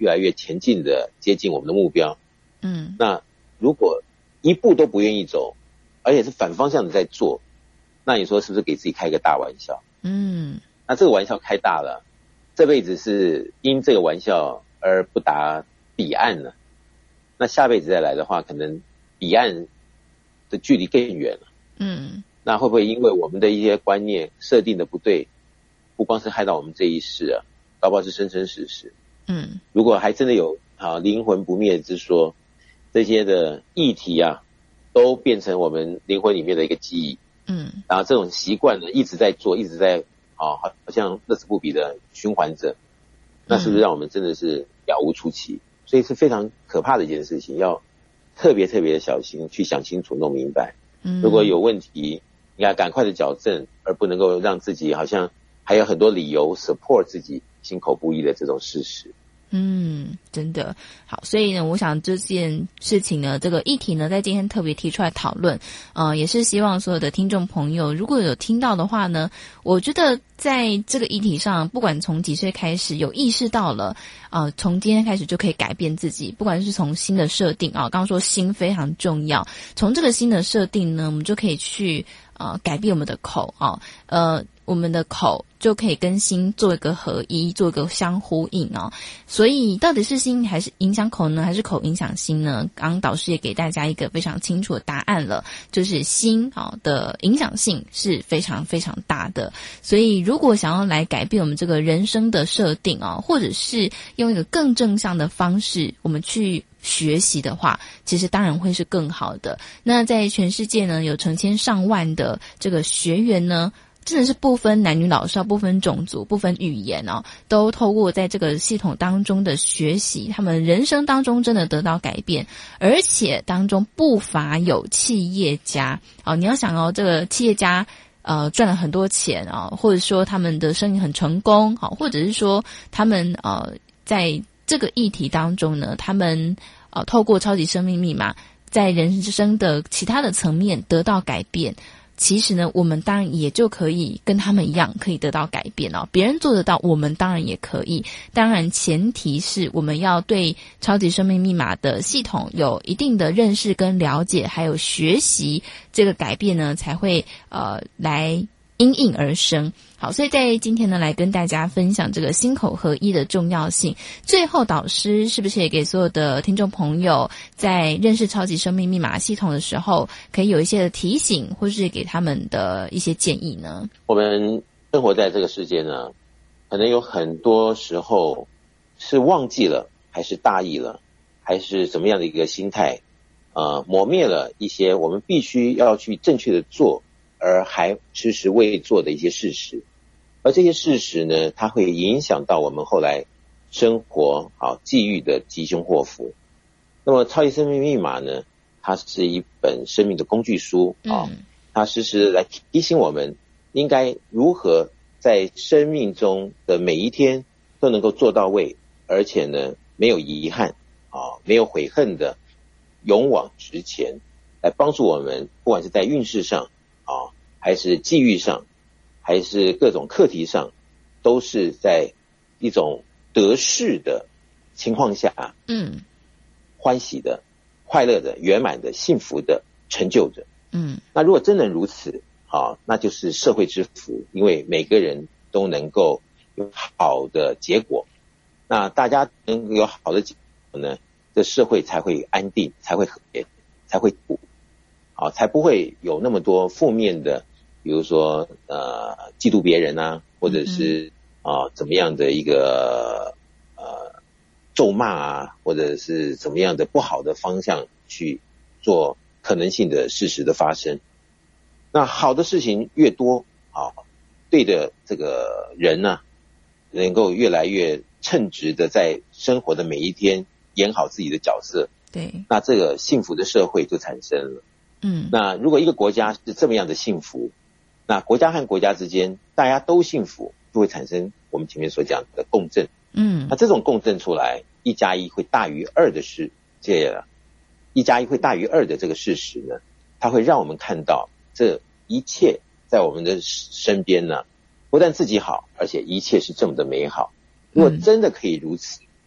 越来越前进的接近我们的目标。那如果一步都不愿意走，而且是反方向的在做，那你说是不是给自己开一个大玩笑？那这个玩笑开大了，这辈子是因这个玩笑而不达彼岸了，那下辈子再来的话，可能彼岸的距离更远了。那会不会因为我们的一些观念设定的不对，不光是害到我们这一世啊，搞不好是生生世世。如果还真的有灵魂不灭之说，这些的议题啊，都变成我们灵魂里面的一个记忆。然后这种习惯呢，一直在做，一直在好像乐此不疲的循环着，那是不是让我们真的是了无出期？所以是非常可怕的一件事情，要特别特别的小心，去想清楚弄明白。如果有问题，应该赶快的矫正，而不能够让自己好像还有很多理由 support 自己心口不一的这种事实。 真的好，所以呢，我想这件事情呢，这个议题呢，在今天特别提出来讨论，也是希望所有的听众朋友，如果有听到的话呢，我觉得在这个议题上，不管从几岁开始有意识到了，从今天开始就可以改变自己，不管是从新的设定刚刚说心非常重要，从这个新的设定呢，我们就可以去改变我们的口我们的口就可以跟心做一个合一，做一个相呼应所以到底是心还是影响口呢，还是口影响心呢？刚刚导师也给大家一个非常清楚的答案了，就是心的影响性是非常非常大的。所以如果想要来改变我们这个人生的设定或者是用一个更正向的方式我们去学习的话，其实当然会是更好的。那在全世界呢，有成千上万的这个学员呢，真的是不分男女老少，不分种族，不分语言都透过在这个系统当中的学习，他们人生当中真的得到改变，而且当中不乏有企业家你要想这个企业家赚了很多钱或者说他们的生意很成功或者是说他们在这个议题当中呢，他们透过超级生命密码在人生的其他的层面得到改变。其实呢，我们当然也就可以跟他们一样可以得到改变别人做得到，我们当然也可以。当然前提是我们要对超级生命密码的系统有一定的认识跟了解，还有学习，这个改变呢才会来因应而生。好，所以在今天呢，来跟大家分享这个心口合一的重要性。最后导师是不是也给所有的听众朋友在认识超级生命密码系统的时候，可以有一些的提醒，或是给他们的一些建议呢？ 我们生活在这个世界呢，可能有很多时候是忘记了，还是大意了，还是怎么样的一个心态磨灭了一些我们必须要去正确的做而还迟迟未做的一些事实。而这些事实呢，它会影响到我们后来生活际遇的吉凶祸福。那么超级生命密码呢，它是一本生命的工具书它时时来提醒我们应该如何在生命中的每一天都能够做到位，而且呢没有遗憾没有悔恨的勇往直前，来帮助我们不管是在运势上还是际遇上，还是各种课题上，都是在一种得势的情况下欢喜的、快乐的、圆满的、幸福的成就着那如果真能如此那就是社会之福，因为每个人都能够有好的结果，那大家能有好的结果呢，这社会才会安定，才会和谐，才会才不会有那么多负面的，比如说嫉妒别人或者是怎么样的一个咒骂或者是怎么样的不好的方向去做可能性的事实的发生。那好的事情越多对的这个人能够越来越称职的在生活的每一天演好自己的角色， 对， 那这个幸福的社会就产生了。那如果一个国家是这么样的幸福，那国家和国家之间大家都幸福，就会产生我们前面所讲的共振。那这种共振出来，1+1会大于2的世界了，1+1会大于2的这个事实呢，它会让我们看到这一切在我们的身边呢，不但自己好，而且一切是这么的美好。如果真的可以如此，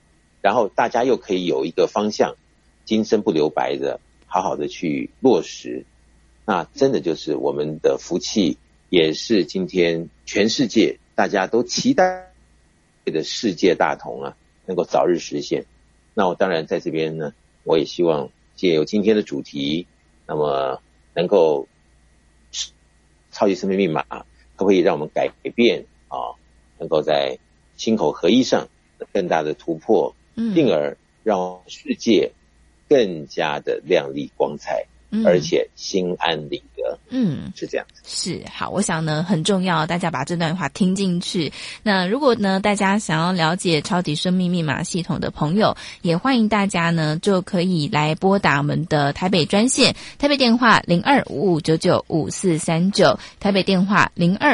然后大家又可以有一个方向，今生不留白的好好的去落实，那真的就是我们的福气，也是今天全世界大家都期待的世界大同啊，能够早日实现。那我当然在这边呢，我也希望借由今天的主题，那么能够超级生命密码可不可以让我们改变啊，能够在心口合一上更大的突破，进而让世界更加的亮丽光彩，而且心安理得。是这样子。 是，好，我想呢很重要，大家把这段话听进去。那如果呢大家想要了解超级生命密码系统的朋友，也欢迎大家呢就可以来拨打我们的台北专线，台北电话0255995439，台北电话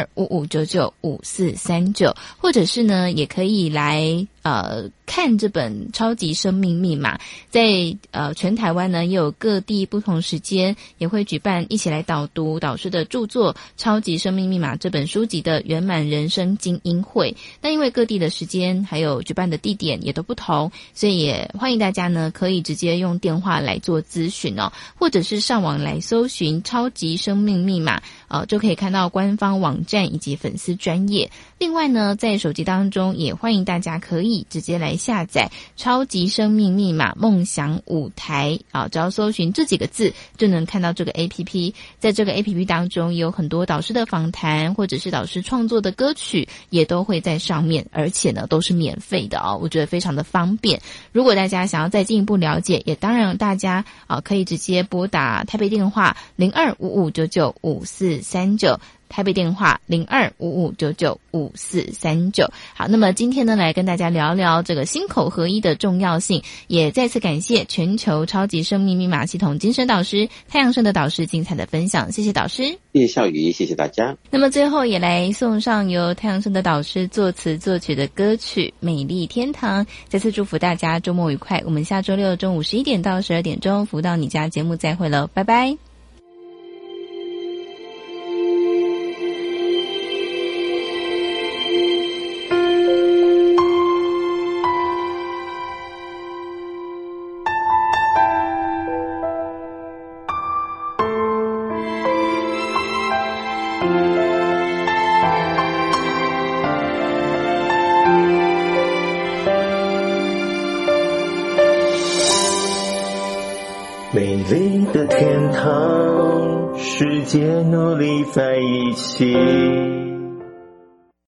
0255995439，或者是呢也可以来看这本超级生命密码，在全台湾呢也有各地不同时间也会举办一起来导读导师的著作《超级生命密码》这本书籍的圆满人生精英会。那因为各地的时间还有举办的地点也都不同，所以也欢迎大家呢可以直接用电话来做咨询哦，或者是上网来搜寻超级生命密码就可以看到官方网站以及粉丝专页。另外呢在手机当中也欢迎大家可以直接来下载超级生命密码梦想舞台只要搜寻这几个字就能看到这个 APP。 在这个 APP 当中有很多导师的访谈或者是导师创作的歌曲也都会在上面，而且呢都是免费的我觉得非常的方便。如果大家想要再进一步了解，也当然大家可以直接拨打台北电话0255995439，台北电话0255995439。好，那么今天呢来跟大家聊聊这个心口合一的重要性，也再次感谢全球超级生命密码系统精神导师太阳盛的导师精彩的分享，谢谢导师。 谢谢笑宇，谢谢大家。 那么最后也来送上由太阳盛的导师作词作曲的歌曲《美丽天堂》，再次祝福大家周末愉快，我们下周六中午11点到12点钟福到你家节目再会了，拜拜。 美丽的天堂，世界努力在一起。